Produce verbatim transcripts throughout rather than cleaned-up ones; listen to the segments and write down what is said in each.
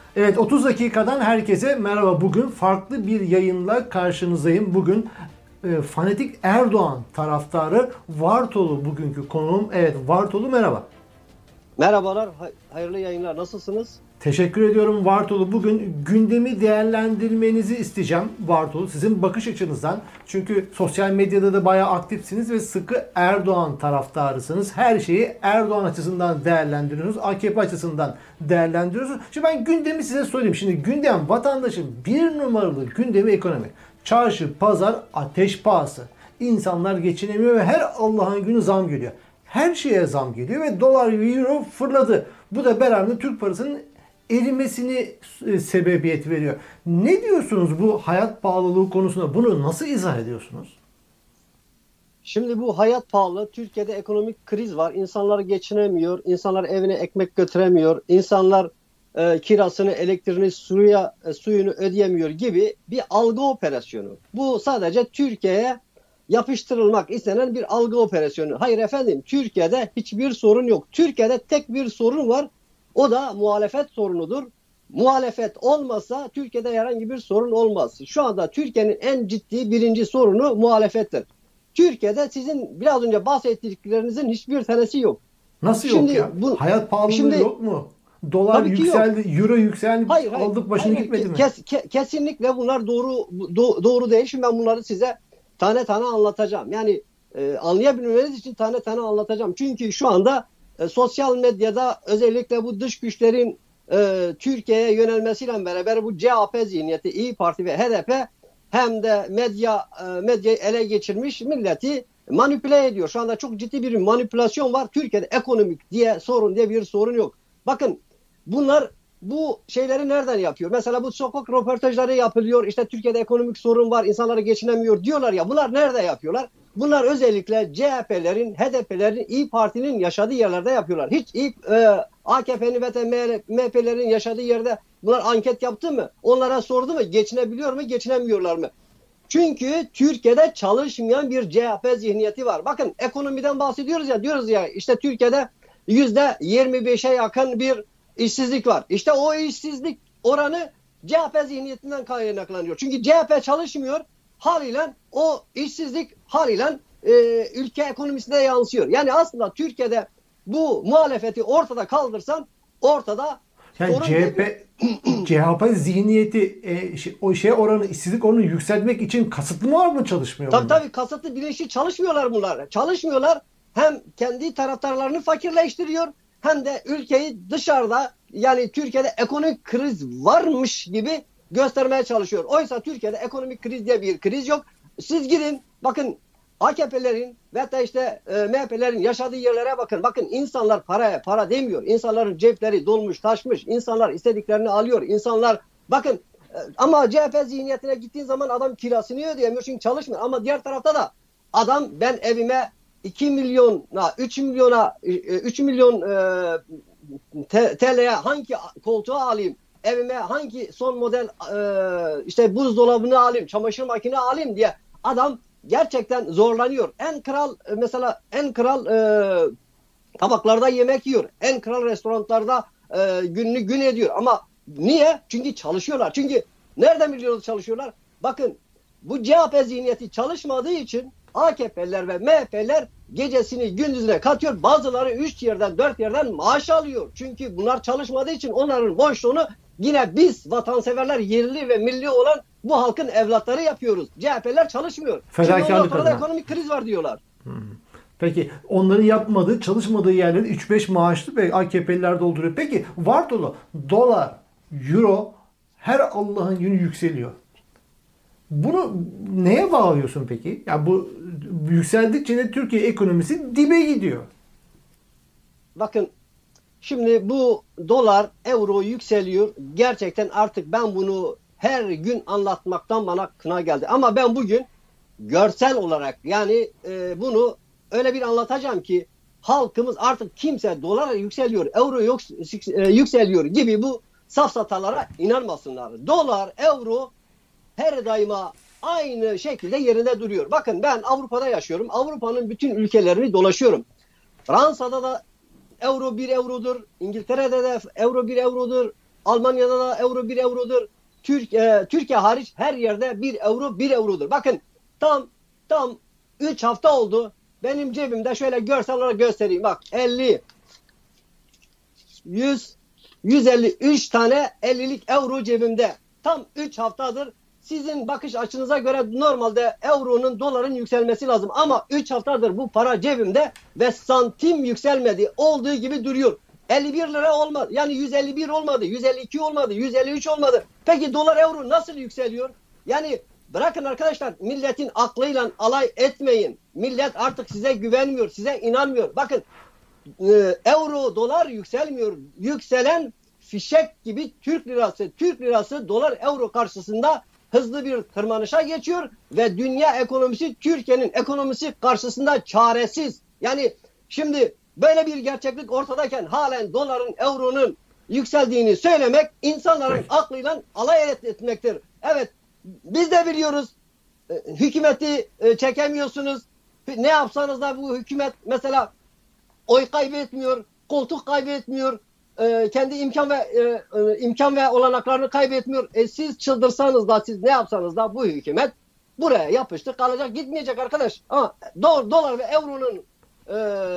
Evet, otuz dakikadan herkese merhaba. Bugün farklı bir yayınla karşınızdayım. Bugün e, fanatik Erdoğan taraftarı Vartolu bugünkü konuğum. Evet, Vartolu merhaba. Merhabalar, hay- hayırlı yayınlar. Nasılsınız? Teşekkür ediyorum Vartolu. Bugün gündemi değerlendirmenizi isteyeceğim Vartolu. Sizin bakış açınızdan. Çünkü sosyal medyada da bayağı aktifsiniz ve sıkı Erdoğan taraftarısınız. Her şeyi Erdoğan açısından değerlendiriyorsunuz. A K P açısından değerlendiriyorsunuz. Şimdi ben gündemi size söyleyeyim. Şimdi gündem vatandaşın bir numaralı gündemi ekonomi. Çarşı, pazar, ateş pahası. İnsanlar geçinemiyor ve her Allah'ın günü zam geliyor. Her şeye zam geliyor ve dolar ve euro fırladı. Bu da beraberinde Türk parasının erimesini e, sebebiyet veriyor. Ne diyorsunuz bu hayat pahalılığı konusunda? Bunu nasıl izah ediyorsunuz? Şimdi bu hayat pahalı. Türkiye'de ekonomik kriz var. İnsanlar geçinemiyor. İnsanlar evine ekmek götüremiyor. İnsanlar e, kirasını, elektriğini, suya, e, suyunu ödeyemiyor gibi bir algı operasyonu. Bu sadece Türkiye'ye yapıştırılmak istenen bir algı operasyonu. Hayır efendim, Türkiye'de hiçbir sorun yok. Türkiye'de tek bir sorun var. O da muhalefet sorunudur. Muhalefet olmasa Türkiye'de herhangi bir sorun olmaz. Şu anda Türkiye'nin en ciddi birinci sorunu muhalefettir. Türkiye'de sizin biraz önce bahsettiklerinizin hiçbir tanesi yok. Nasıl yok Şimdi ya? bu Hayat pahalılığı şimdi yok mu? Dolar tabii ki yok. yükseldi, euro yükseldi, Hayır hayır. aldık başını Hayır, gitmedi mi? kes, ke, kesinlikle bunlar doğru do, doğru değil. Şimdi ben bunları size tane tane anlatacağım. Yani e, anlayabilmeniz için tane tane anlatacağım. Çünkü şu anda e, sosyal medyada özellikle bu dış güçlerin e, Türkiye'ye yönelmesiyle beraber bu C H P zihniyeti, İyi Parti ve H D P hem de medya e, medyayı ele geçirmiş, milleti manipüle ediyor. Şu anda çok ciddi bir manipülasyon var. Türkiye'de ekonomik diye sorun diye bir sorun yok. Bakın bunlar bu şeyleri nereden yapıyor? Mesela bu sokak röportajları yapılıyor. İşte Türkiye'de ekonomik sorun var, insanları geçinemiyor diyorlar ya. Bunlar nerede yapıyorlar? Bunlar özellikle C H P'lerin, H D P'lerin, İyi Parti'nin yaşadığı yerlerde yapıyorlar. Hiç İyi, e, A K P'nin ve M H P'lerin yaşadığı yerde bunlar anket yaptı mı? Onlara sordu mu? Geçinebiliyor mu, geçinemiyorlar mı? Çünkü Türkiye'de çalışmayan bir C H P zihniyeti var. Bakın ekonomiden bahsediyoruz ya, diyoruz ya işte Türkiye'de yüzde yirmi beşe yakın bir işsizlik var. İşte o işsizlik oranı C H P zihniyetinden kaynaklanıyor. Çünkü C H P çalışmıyor, haliyle o işsizlik haliyle e, ülke ekonomisine yansıyor. Yani aslında Türkiye'de bu muhalefeti ortada kaldırsan ortada Yani sorun değil mi? C H P C H P zihniyeti e, şey- o şey oranı, işsizlik oranını yükseltmek için kasıtlı mı var mı çalışmıyor Tabii bunlar? tabii, kasıtlı bilinçli çalışmıyorlar bunlar. Çalışmıyorlar. Hem kendi taraftarlarını fakirleştiriyor hem de ülkeyi dışarıda, yani Türkiye'de ekonomik kriz varmış gibi göstermeye çalışıyor. Oysa Türkiye'de ekonomik kriz diye bir kriz yok. Siz gidin bakın A K P'lerin ve da işte e, M H P'lerin yaşadığı yerlere bakın. Bakın insanlar paraya para demiyor. İnsanların cepleri dolmuş taşmış. İnsanlar istediklerini alıyor. İnsanlar bakın e, ama C H P zihniyetine gittiğin zaman adam kirasını ödeyemiyor çünkü çalışmıyor. Ama diğer tarafta da adam ben evime iki milyona üç milyona üç milyon e, T L'ye hangi koltuğu alayım? Evime hangi son model e, işte buzdolabını alayım, çamaşır makine alayım diye adam gerçekten zorlanıyor. En kral mesela en kral e, tabaklarda yemek yiyor. En kral restoranlarda e, gününü gün ediyor. Ama niye? Çünkü çalışıyorlar. Çünkü nereden biliyoruz çalışıyorlar? Bakın bu C H P zihniyeti çalışmadığı için A K P'liler ve M H P'liler gecesini gündüzüne katıyor. Bazıları üç yerden dört yerden maaş alıyor. Çünkü bunlar çalışmadığı için onların boşluğunu yine biz vatanseverler, yerli ve milli olan bu halkın evlatları yapıyoruz. C H P'liler çalışmıyor. Şimdi ondan Fedakarlık sonra da adına. ekonomik kriz var diyorlar. Peki onların yapmadığı, çalışmadığı yerleri üç beş maaşlı ve A K P'liler dolduruyor. Peki Vartolu, dolar, euro her Allah'ın günü yükseliyor. Bunu neye bağlıyorsun peki? Ya bu yükseldikçe de Türkiye ekonomisi dibe gidiyor. Bakın şimdi bu dolar, euro yükseliyor. Gerçekten artık ben bunu her gün anlatmaktan bana kına geldi. Ama ben bugün görsel olarak yani e, bunu öyle bir anlatacağım ki halkımız artık kimse dolar yükseliyor, euro yük- e, yükseliyor gibi bu safsatalara inanmasınlar. Dolar, euro her daima aynı şekilde yerinde duruyor. Bakın ben Avrupa'da yaşıyorum. Avrupa'nın bütün ülkelerini dolaşıyorum. Fransa'da da euro bir eurodur. İngiltere'de de euro bir eurodur. Almanya'da da euro bir eurodur. Türk, e, Türkiye hariç her yerde bir euro bir eurodur. Bakın tam tam üç hafta oldu. Benim cebimde şöyle görsel olarak göstereyim. Bak elli, yüz, yüz elli üç tane ellilik euro cebimde. Tam üç haftadır. Sizin bakış açınıza göre normalde euronun, doların yükselmesi lazım. Ama üç haftadır bu para cebimde ve santim yükselmedi. Olduğu gibi duruyor. elli bir lira olmadı. Yani yüz elli bir olmadı. yüz elli iki olmadı. yüz elli üç olmadı. Peki dolar euro nasıl yükseliyor? Yani bırakın arkadaşlar, milletin aklıyla alay etmeyin. Millet artık size güvenmiyor. Size inanmıyor. Bakın euro, dolar yükselmiyor. Yükselen fişek gibi Türk lirası. Türk lirası dolar euro karşısında hızlı bir tırmanışa geçiyor ve dünya ekonomisi Türkiye'nin ekonomisi karşısında çaresiz. Yani şimdi böyle bir gerçeklik ortadayken halen doların, euronun yükseldiğini söylemek insanların aklıyla alay etmektir. Evet, biz de biliyoruz hükümeti çekemiyorsunuz. Ne yapsanız da bu hükümet mesela oy kaybetmiyor, koltuk kaybetmiyor. E, kendi imkan ve e, imkan ve olanaklarını kaybetmiyor. E, siz çıldırsanız da, siz ne yapsanız da bu hükümet buraya yapıştı kalacak, gitmeyecek arkadaş. Ama do dolar ve euronun e,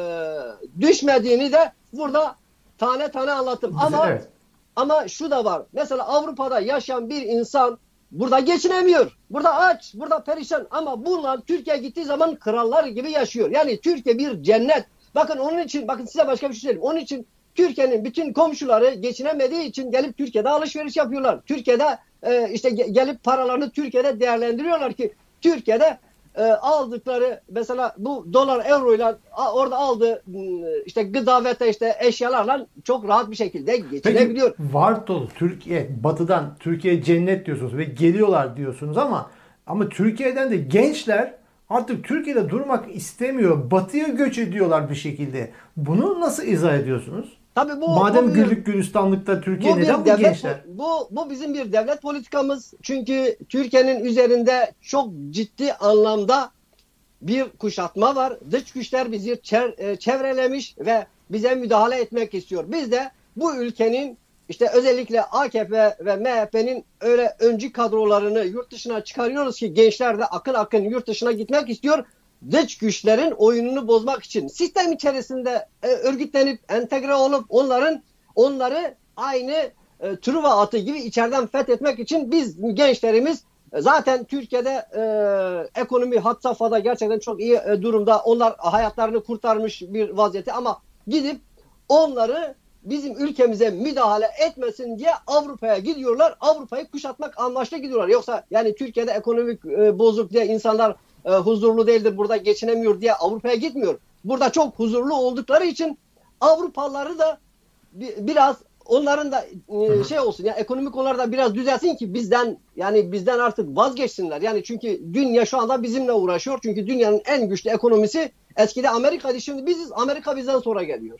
düşmediğini de burada tane tane anlattım. Ama evet. Ama şu da var. Mesela Avrupa'da yaşayan bir insan burada geçinemiyor. Burada aç, burada perişan. Ama bunlar Türkiye gittiği zaman krallar gibi yaşıyor. Yani Türkiye bir cennet. Bakın onun için, bakın size başka bir şey söyleyeyim. Onun için Türkiye'nin bütün komşuları geçinemediği için gelip Türkiye'de alışveriş yapıyorlar. Türkiye'de e, işte gelip paralarını Türkiye'de değerlendiriyorlar ki Türkiye'de e, aldıkları mesela bu dolar euroyla orada aldığı işte gıda ve işte eşyalarla çok rahat bir şekilde geçinebiliyor. Peki Vartolu Türkiye batıdan Türkiye cennet diyorsunuz ve geliyorlar diyorsunuz ama ama Türkiye'den de gençler artık Türkiye'de durmak istemiyor. Batıya göç ediyorlar bir şekilde. Bunu nasıl izah ediyorsunuz? Tabii bu, Madem bu güllük gülistanlıkta Türkiye, bu neden bu devlet, gençler? Bu, bu bizim bir devlet politikamız. Çünkü Türkiye'nin üzerinde çok ciddi anlamda bir kuşatma var. Dış güçler bizi çevrelemiş ve bize müdahale etmek istiyor. Biz de bu ülkenin işte özellikle A K P ve M H P'nin öyle öncü kadrolarını yurt dışına çıkarıyoruz ki gençler de akın akın yurt dışına gitmek istiyor. Dış güçlerin oyununu bozmak için sistem içerisinde e, örgütlenip entegre olup onların onları aynı e, Truva atı gibi içeriden fethetmek için biz gençlerimiz e, zaten Türkiye'de e, ekonomi had safhada gerçekten çok iyi e, durumda. Onlar hayatlarını kurtarmış bir vaziyette ama gidip onları bizim ülkemize müdahale etmesin diye Avrupa'ya gidiyorlar. Avrupa'yı kuşatmak amaçlı gidiyorlar. Yoksa yani Türkiye'de ekonomik e, bozuk diye insanlar e, huzurlu değildir, burada geçinemiyor diye Avrupa'ya gitmiyor. Burada çok huzurlu oldukları için Avrupalıları da bi, biraz onların da e, şey olsun yani ekonomik olarak da biraz düzelsin ki bizden yani bizden artık vazgeçsinler. Yani çünkü dünya şu anda bizimle uğraşıyor. Çünkü dünyanın en güçlü ekonomisi eskide Amerika'ydı. Şimdi biziz. Amerika bizden sonra geliyor.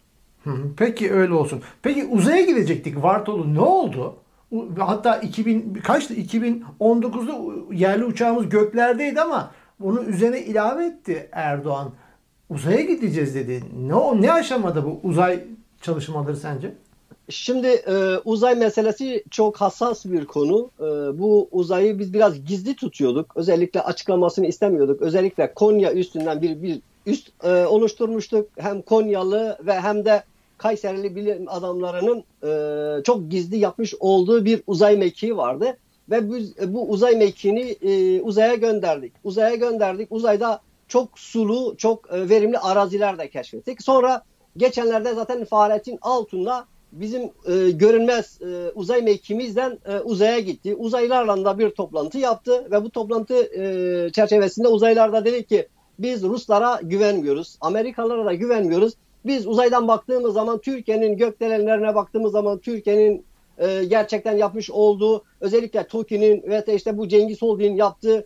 Peki öyle olsun. Peki uzaya gidecektik Vartolu, ne oldu? Hatta iki bin kaçtı? iki bin on dokuzda yerli uçağımız göklerdeydi ama onun üzerine ilave etti Erdoğan. Uzaya gideceğiz dedi. Ne o ne aşamada bu uzay çalışmaları sence? Şimdi e, uzay meselesi çok hassas bir konu. E, bu uzayı biz biraz gizli tutuyorduk. Özellikle açıklamasını istemiyorduk. Özellikle Konya üstünden bir bir üst e, oluşturmuştuk. Hem Konyalı ve hem de Kayserili bilim adamlarının e, çok gizli yapmış olduğu bir uzay mekiği vardı. Ve biz bu uzay mekiğini e, uzaya gönderdik. Uzaya gönderdik. Uzayda çok sulu, çok e, verimli araziler de keşfettik. Sonra geçenlerde zaten Fahrettin Altun'la bizim e, görünmez e, uzay mekiğimizden e, uzaya gitti. Uzaylılarla da bir toplantı yaptı ve bu toplantı e, çerçevesinde uzaylılar da dedi ki biz Ruslara güvenmiyoruz, Amerikalılara da güvenmiyoruz. Biz uzaydan baktığımız zaman Türkiye'nin gökdelenlerine baktığımız zaman Türkiye'nin e, gerçekten yapmış olduğu özellikle TOKİ'nin ve işte bu Cengiz Holding'in yaptığı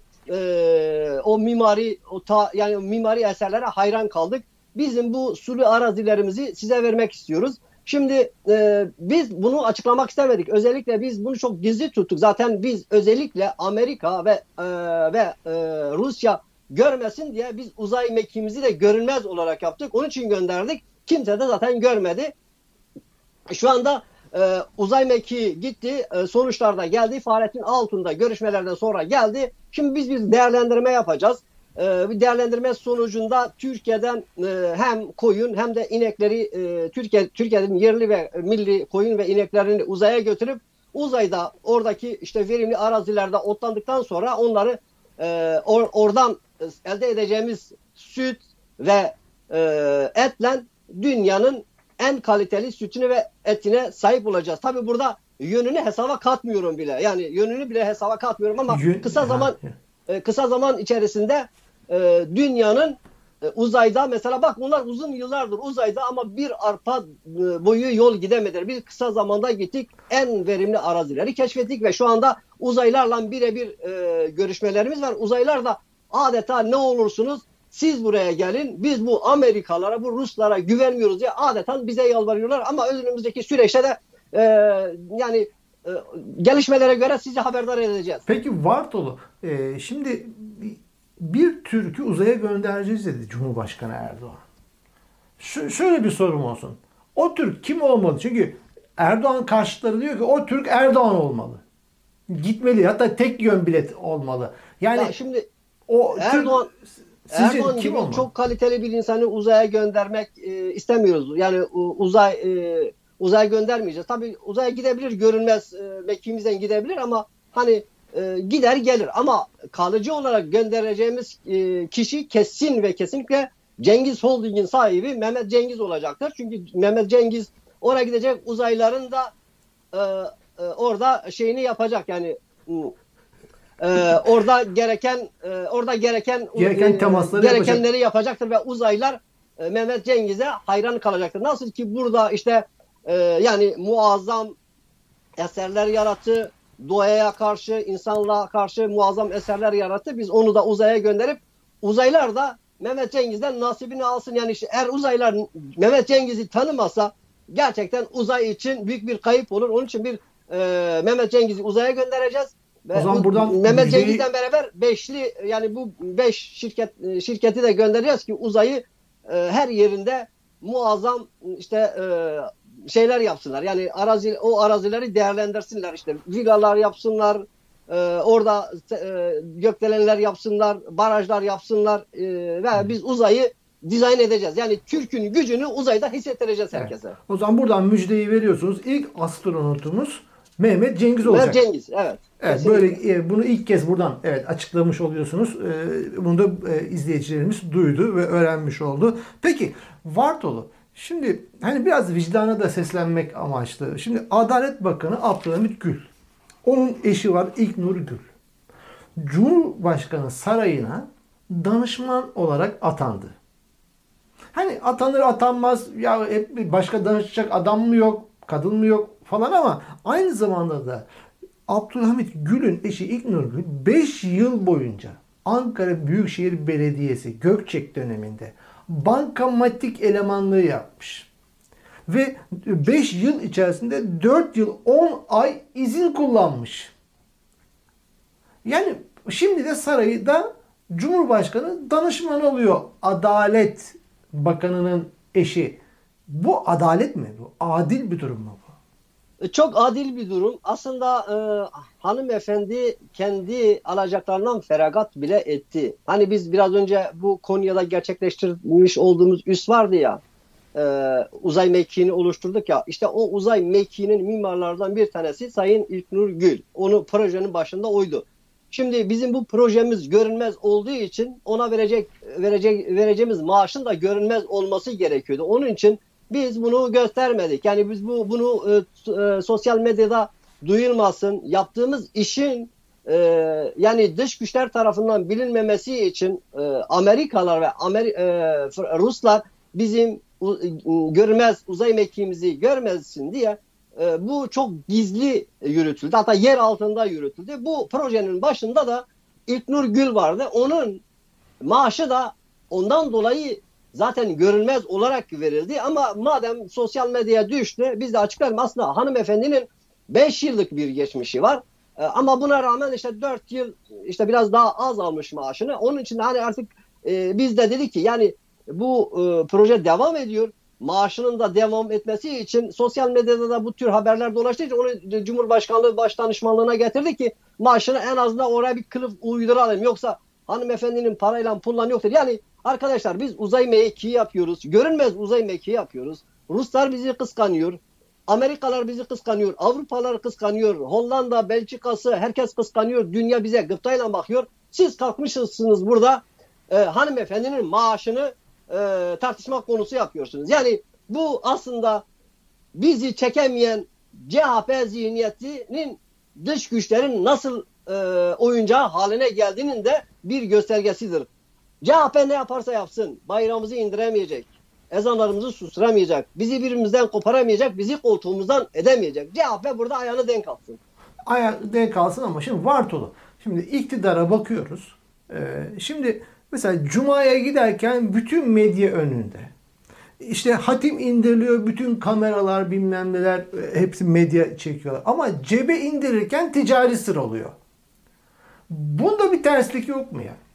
e, o mimari o ta, yani mimari eserlere hayran kaldık. Bizim bu sulu arazilerimizi size vermek istiyoruz. Şimdi e, biz bunu açıklamak istemedik. Özellikle biz bunu çok gizli tuttuk. Zaten biz özellikle Amerika ve e, ve e, Rusya görmesin diye biz uzay mekiğimizi de görünmez olarak yaptık. Onun için gönderdik. Kimse de zaten görmedi. Şu anda e, uzay mekiği gitti. E, sonuçlarda geldi. Fahrettin Altun'da görüşmelerden sonra geldi. Şimdi biz bir değerlendirme yapacağız. E, bir değerlendirme sonucunda Türkiye'den e, hem koyun hem de inekleri e, Türkiye Türkiye'nin yerli ve milli koyun ve ineklerini uzaya götürüp uzayda oradaki işte verimli arazilerde otlandıktan sonra onları e, or, oradan elde edeceğimiz süt ve e, etle dünyanın en kaliteli sütüne ve etine sahip olacağız. Tabi burada yönünü hesaba katmıyorum bile. Yani yönünü bile hesaba katmıyorum ama Yön, kısa zaman ha, e, kısa zaman içerisinde e, dünyanın e, uzayda mesela bak bunlar uzun yıllardır uzayda ama bir arpa e, boyu yol gidemediler. Biz kısa zamanda gittik, en verimli arazileri keşfettik ve şu anda uzaylarla birebir e, görüşmelerimiz var. Uzaylar da adeta ne olursunuz siz buraya gelin, biz bu Amerikalara, bu Ruslara güvenmiyoruz diye adeta bize yalvarıyorlar ama önümüzdeki süreçte de e, yani e, gelişmelere göre sizi haberdar edeceğiz. Peki Vartolu, e, şimdi bir Türk'ü uzaya göndereceğiz dedi Cumhurbaşkanı Erdoğan. Ş- şöyle bir sorum olsun. O Türk kim olmalı? Çünkü Erdoğan karşıtları diyor ki o Türk Erdoğan olmalı. Gitmeli. Hatta tek yön bilet olmalı. Yani Ya şimdi o Erdoğan Türk, sizce Erdoğan kim gibi olmalı? çok kaliteli bir insanı uzaya göndermek e, istemiyoruz. Yani u- uzay e, uzaya göndermeyeceğiz. Tabii uzaya gidebilir, görünmez e, mekiğimizden gidebilir ama hani e, gider gelir. Ama kalıcı olarak göndereceğimiz e, kişi kesin ve kesinlikle Cengiz Holding'in sahibi Mehmet Cengiz olacaktır. Çünkü Mehmet Cengiz oraya gidecek, uzayların da e, e, orada şeyini yapacak yani. Ee, orada gereken e, orada gereken Gereken temasları gerekenleri yapacak. yapacaktır ve uzaylılar e, Mehmet Cengiz'e hayran kalacaktır. Nasıl ki burada işte e, yani muazzam eserler yarattı, doğaya karşı, insanlığa karşı muazzam eserler yarattı. Biz onu da uzaya gönderip uzaylılar da Mehmet Cengiz'den nasibini alsın. Yani işte eğer uzaylılar Mehmet Cengiz'i tanımasa gerçekten uzay için büyük bir kayıp olur. Onun için bir e, Mehmet Cengiz'i uzaya göndereceğiz. Ve O zaman bu, buradan Mehmet müjdeyi... Cengiz'den beraber beşli yani bu beş şirket şirketi de göndereceğiz ki uzayı e, her yerinde muazzam işte e, şeyler yapsınlar. Yani arazi o arazileri değerlendirsinler, işte villalar yapsınlar, e, orada e, gökdelenler yapsınlar, barajlar yapsınlar e, ve biz uzayı dizayn edeceğiz. Yani Türk'ün gücünü uzayda hissettireceğiz herkese. Evet. O zaman buradan müjdeyi veriyorsunuz. İlk astronotumuz Mehmet Cengiz olacak. Mehmet Cengiz, evet. Evet, Kesinlikle. böyle e, bunu ilk kez buradan evet açıklamış oluyorsunuz. E, bunu da e, izleyicilerimiz duydu ve öğrenmiş oldu. Peki Vartolu, şimdi hani biraz vicdana da seslenmek amaçlı. Şimdi Adalet Bakanı Abdülhamit Gül. Onun eşi var İlknur Gül. Cumhurbaşkanı sarayına danışman olarak atandı. Hani atanır atanmaz ya hep başka danışacak adam mı yok, kadın mı yok falan ama aynı zamanda da Abdülhamit Gül'ün eşi İlknur Gül beş yıl boyunca Ankara Büyükşehir Belediyesi Gökçek döneminde bankamatik elemanlığı yapmış. Ve beş yıl içerisinde dört yıl on ay izin kullanmış. Yani şimdi de sarayda Cumhurbaşkanı danışman oluyor. Adalet Bakanı'nın eşi. Bu adalet mi? Bu adil bir durum mu bu? Çok adil bir durum. Aslında e, hanımefendi kendi alacaklarından feragat bile etti. Hani biz biraz önce bu Konya'da gerçekleştirmiş olduğumuz üs vardı ya, e, uzay mekiğini oluşturduk ya. İşte o uzay mekiğinin mimarlardan bir tanesi Sayın İlknur Gül. Onu projenin başında oydu. Şimdi bizim bu projemiz görünmez olduğu için ona verecek verecek vereceğimiz maaşın da görünmez olması gerekiyordu. Onun için biz bunu göstermedik. Yani biz bu bunu e, e, sosyal medyada duyulmasın, yaptığımız işin e, yani dış güçler tarafından bilinmemesi için e, Amerikalılar ve Amer e, Ruslar bizim u, görmez uzay mekiğimizi görmesin diye e, bu çok gizli yürütüldü. Hatta yer altında yürütüldü. Bu projenin başında da İlknur Gül vardı. Onun maaşı da ondan dolayı zaten görünmez olarak verildi ama madem sosyal medyaya düştü biz de açıklayalım. Aslında hanımefendinin beş yıllık bir geçmişi var. Ee, ama buna rağmen işte dört yıl işte biraz daha az almış maaşını. Onun için hani artık e, biz de dedik ki yani bu e, proje devam ediyor. maaşının da devam etmesi için sosyal medyada da bu tür haberler dolaştığı için onu Cumhurbaşkanlığı Başdanışmanlığına getirdi ki maaşını en azından oraya bir kılıf uyduralım. Yoksa hanımefendinin parayla pulla yoktur. Yani arkadaşlar biz uzay mekiği yapıyoruz. Görünmez uzay mekiği yapıyoruz. Ruslar bizi kıskanıyor. Amerikalılar bizi kıskanıyor. Avrupalılar kıskanıyor. Hollanda, Belçika'sı herkes kıskanıyor. Dünya bize gıptayla bakıyor. Siz kalkmışsınız burada e, hanımefendinin maaşını e, tartışma konusu yapıyorsunuz. Yani bu aslında bizi çekemeyen C H P zihniyetinin dış güçlerin nasıl e, oyuncağı haline geldiğinin de bir göstergesidir. C H P ne yaparsa yapsın bayrağımızı indiremeyecek. Ezanlarımızı susturamayacak. Bizi birbirimizden koparamayacak. Bizi koltuğumuzdan edemeyecek. C H P burada ayağını denk alsın. Ayağı denk alsın ama şimdi Vartolu. Şimdi iktidara bakıyoruz. Ee, şimdi mesela Cuma'ya giderken bütün medya önünde. İşte hatim indiriliyor. Bütün kameralar bilmem neler hepsi medya çekiyorlar. Ama cebe indirirken ticari sıralıyor. Bunda bir terslik yok mu ya?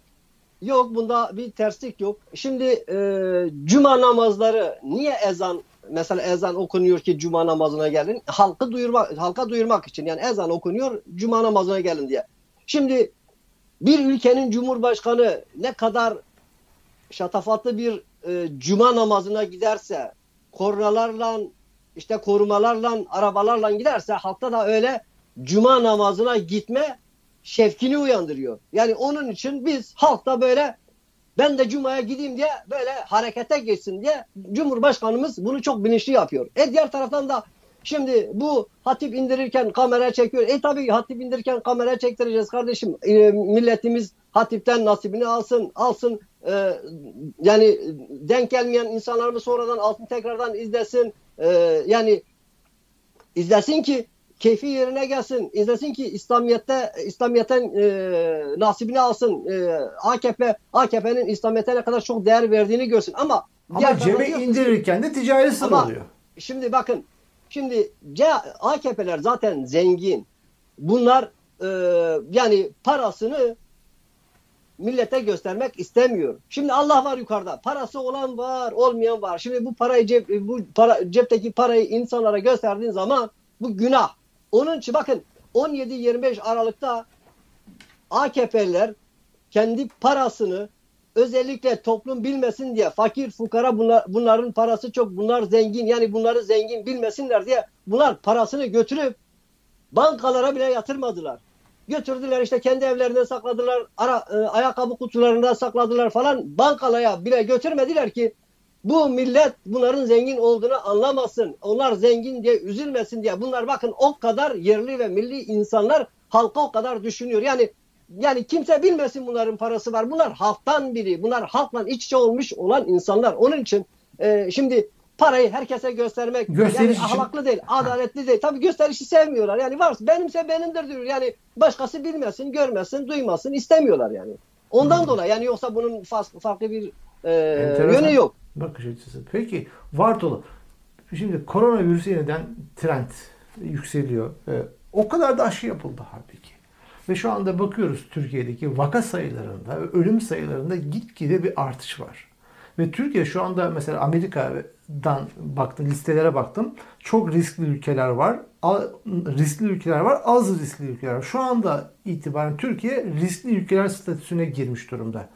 Yok, bunda bir terslik yok. Şimdi e, cuma namazları niye ezan mesela ezan okunuyor ki cuma namazına gelin? Halkı duyurmak, halka duyurmak için. Yani ezan okunuyor cuma namazına gelin diye. Şimdi bir ülkenin cumhurbaşkanı ne kadar şatafatlı bir e, cuma namazına giderse, kornalarla işte korumalarla, arabalarla giderse halkta da öyle cuma namazına gitme şevkini uyandırıyor. Yani onun için biz halkta böyle ben de Cuma'ya gideyim diye böyle harekete geçsin diye Cumhurbaşkanımız bunu çok bilinçli yapıyor. E diğer taraftan da şimdi bu hatip indirirken kamera çekiyor. E tabii hatip indirirken kamera çektireceğiz kardeşim. E, milletimiz hatipten nasibini alsın, alsın. E, yani denk gelmeyen insanlarımız sonradan alsın, tekrardan izlesin. E, yani izlesin ki keyfi yerine gelsin. İzlesin ki İslamiyet'te İslamiyet'ten e, nasibini alsın. E, A K P A K P'nin İslamiyet'e ne kadar çok değer verdiğini görsün. Ama ama cebe indirirken de ticari sıralıyor. Şimdi bakın. Şimdi A K P'ler zaten zengin. Bunlar e, yani parasını millete göstermek istemiyor. Şimdi Allah var yukarıda. Parası olan var, olmayan var. Şimdi bu parayı cep, bu para, cepteki parayı insanlara gösterdiğin zaman bu günah. Onun için bakın on yedi yirmi beş Aralık'ta A K P'liler kendi parasını özellikle toplum bilmesin diye fakir fukara bunlar, bunların parası çok, bunlar zengin, yani bunları zengin bilmesinler diye bunlar parasını götürüp bankalara bile yatırmadılar. Götürdüler işte kendi evlerine sakladılar, ara, e, ayakkabı kutularında sakladılar falan, bankalara bile götürmediler ki bu millet bunların zengin olduğunu anlamasın. Onlar zengin diye üzülmesin diye. Bunlar bakın o kadar yerli ve milli insanlar halka o kadar düşünüyor. Yani yani kimse bilmesin bunların parası var. Bunlar halktan biri. Bunlar halkla iç içe olmuş olan insanlar. Onun için e, şimdi parayı herkese göstermek Gösteriş yani için... ahlaklı değil, adaletli değil. Tabii gösterişi sevmiyorlar. Yani varsa benimse benimdir diyor. Yani başkası bilmesin, görmesin, duymasın istemiyorlar yani. Ondan hmm. dolayı yani yoksa bunun farklı bir e, yönü yok. Bakış açısı. Peki Vartolu, şimdi koronavirüsü yeniden trend yükseliyor. Ee, o kadar da aşı yapıldı halbuki. Ve şu anda bakıyoruz Türkiye'deki vaka sayılarında, ölüm sayılarında gitgide bir artış var. Ve Türkiye şu anda mesela Amerika'dan baktım, listelere baktım. Çok riskli ülkeler var. Riskli ülkeler var, az riskli ülkeler var. Şu anda itibaren Türkiye riskli ülkeler statüsüne girmiş durumda.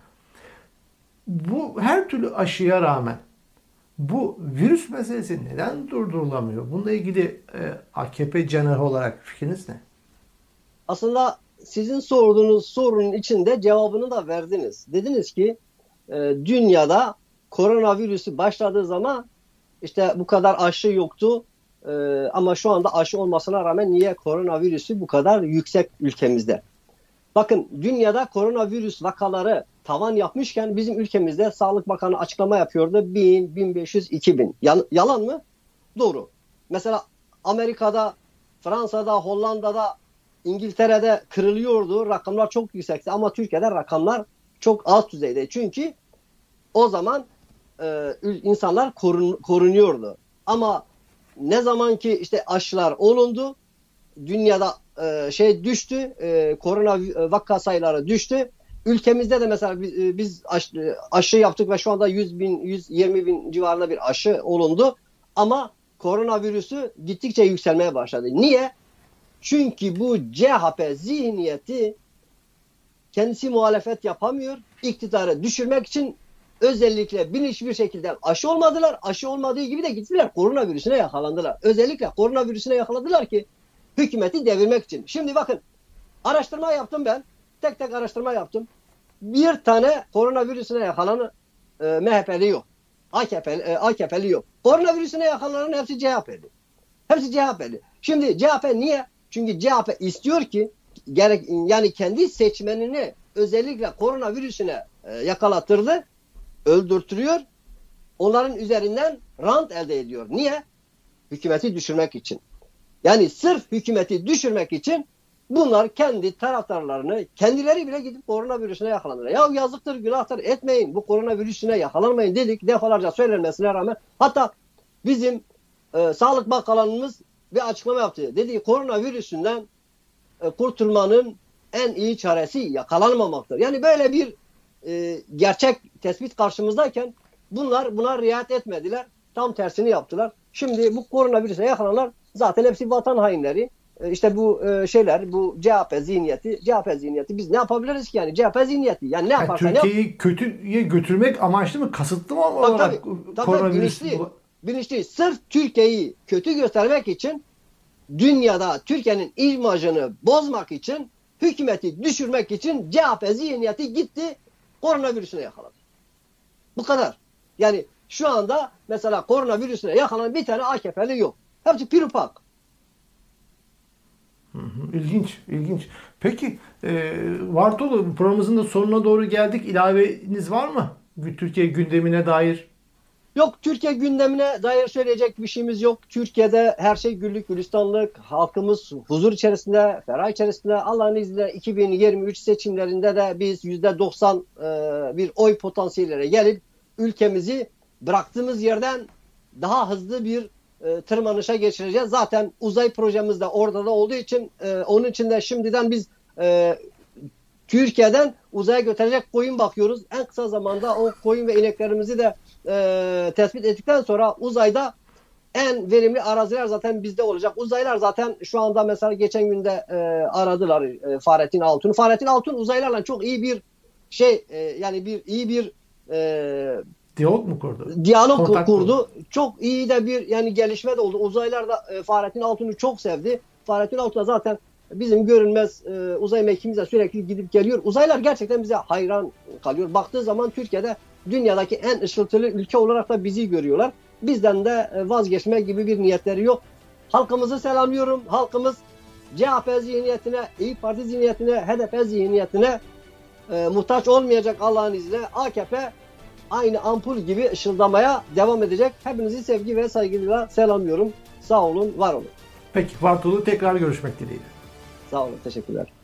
Bu her türlü aşıya rağmen bu virüs meselesi neden durdurulamıyor? Bununla ilgili e, A K P cenahı olarak fikriniz ne? Aslında sizin sorduğunuz sorunun içinde cevabını da verdiniz. Dediniz ki e, dünyada koronavirüsü başladığı zaman işte bu kadar aşı yoktu e, ama şu anda aşı olmasına rağmen niye koronavirüsü bu kadar yüksek ülkemizde? Bakın dünyada koronavirüs vakaları tavan yapmışken bizim ülkemizde Sağlık Bakanı açıklama yapıyordu. bin, bin beş yüz, iki bin. Yalan mı? Doğru. Mesela Amerika'da, Fransa'da, Hollanda'da, İngiltere'de kırılıyordu. Rakamlar çok yüksekti ama Türkiye'de rakamlar çok alt düzeyde. Çünkü o zaman e, insanlar korun, korunuyordu. Ama ne zaman ki işte aşılar olundu, dünyada e, şey düştü, e, korona vaka sayıları düştü. ülkemizde de mesela biz, biz aşı, aşı yaptık ve şu anda yüz bin, yüz yirmi bin civarında bir aşı olundu. Ama koronavirüsü gittikçe yükselmeye başladı. Niye? Çünkü bu C H P zihniyeti kendisi muhalefet yapamıyor. İktidarı düşürmek için özellikle bilinçli bir şekilde aşı olmadılar. Aşı olmadığı gibi de gittiler koronavirüsüne yakalandılar. Özellikle koronavirüsüne yakaladılar ki hükümeti devirmek için. Şimdi bakın, araştırma yaptım ben. Tek tek araştırma yaptım. Bir tane koronavirüsüne yakalanan e, M H P'li yok. A K P'li, e, A K P'li yok. Koronavirüsüne yakalanan hepsi C H P'li. Hepsi C H P'li. Şimdi C H P niye? Çünkü C H P istiyor ki gerek, yani kendi seçmenini özellikle koronavirüsüne e, yakalattırdı, öldürtüyor. Onların üzerinden rant elde ediyor. Niye? Hükümeti düşürmek için. Yani sırf hükümeti düşürmek için bunlar kendi taraftarlarını, kendileri bile gidip koronavirüsüne yakalanırlar. Ya yazıktır, günahtır, etmeyin, bu koronavirüsüne yakalanmayın dedik defalarca söylenmesine rağmen. Hatta bizim e, Sağlık Bakanlığımız bir açıklama yaptı. Dedi koronavirüsünden e, kurtulmanın en iyi çaresi yakalanmamaktır. Yani böyle bir e, gerçek tespit karşımızdayken bunlar buna riayet etmediler. Tam tersini yaptılar. Şimdi bu koronavirüse yakalananlar zaten hepsi vatan hainleri. E, işte bu e, şeyler, bu C H P zihniyeti, C H P zihniyeti biz ne yapabiliriz ki yani? C H P zihniyeti. Yani ne yani yaparsan Türkiye'yi yap. kötüye götürmek amaçlı mı, kasıtlı mı Tabii, olarak tabii, tabii, koronavirüs? bilinçli, bilinçli. Sırf Türkiye'yi kötü göstermek için, dünyada Türkiye'nin imajını bozmak için, hükümeti düşürmek için C H P zihniyeti gitti koronavirüsüne yakaladı. Bu kadar. Yani şu anda mesela koronavirüsüne yakalanan bir tane A K P'li yok. Hepsi pirupak. Hı hı, İlginç, ilginç. Peki, e, Vartolu, programımızın da sonuna doğru geldik. İlaveniz var mı? Türkiye gündemine dair. Yok, Türkiye gündemine dair söyleyecek bir şeyimiz yok. Türkiye'de her şey güllük gülistanlık. Halkımız huzur içerisinde, ferah içerisinde. Allah'ın izniyle iki bin yirmi üç seçimlerinde de biz yüzde doksan e, bir oy potansiyellere gelip ülkemizi bıraktığımız yerden daha hızlı bir e, tırmanışa geçireceğiz. Zaten uzay projemiz de orada da olduğu için e, onun için de şimdiden biz e, Türkiye'den uzaya götürecek koyun bakıyoruz. En kısa zamanda o koyun ve ineklerimizi de e, tespit ettikten sonra uzayda en verimli araziler zaten bizde olacak. Uzaylar zaten şu anda mesela geçen günde e, aradılar e, Fahrettin Altun'u. Fahrettin Altun uzaylarla çok iyi bir şey e, yani bir iyi bir e, Diyalog mu kurdu? diyalog Kontak kurdu. kurdu. Çok iyi de bir yani gelişme de oldu. Uzaylar da e, Fahrettin Altun'u çok sevdi. Fahrettin Altun da zaten bizim görünmez e, uzay mekiğimize sürekli gidip geliyor. Uzaylar gerçekten bize hayran kalıyor. Baktığı zaman Türkiye'de dünyadaki en ışıltılı ülke olarak da bizi görüyorlar. Bizden de e, vazgeçme gibi bir niyetleri yok. Halkımızı selamlıyorum. Halkımız C H P zihniyetine, İYİ Parti zihniyetine, H D P zihniyetine e, muhtaç olmayacak Allah'ın izniyle. A K P aynı ampul gibi ışıldamaya devam edecek. Hepinizi sevgi ve saygıyla selamlıyorum. Sağ olun, var olun. Peki, Vartolu, tekrar görüşmek dileğiyle. Sağ olun, teşekkürler.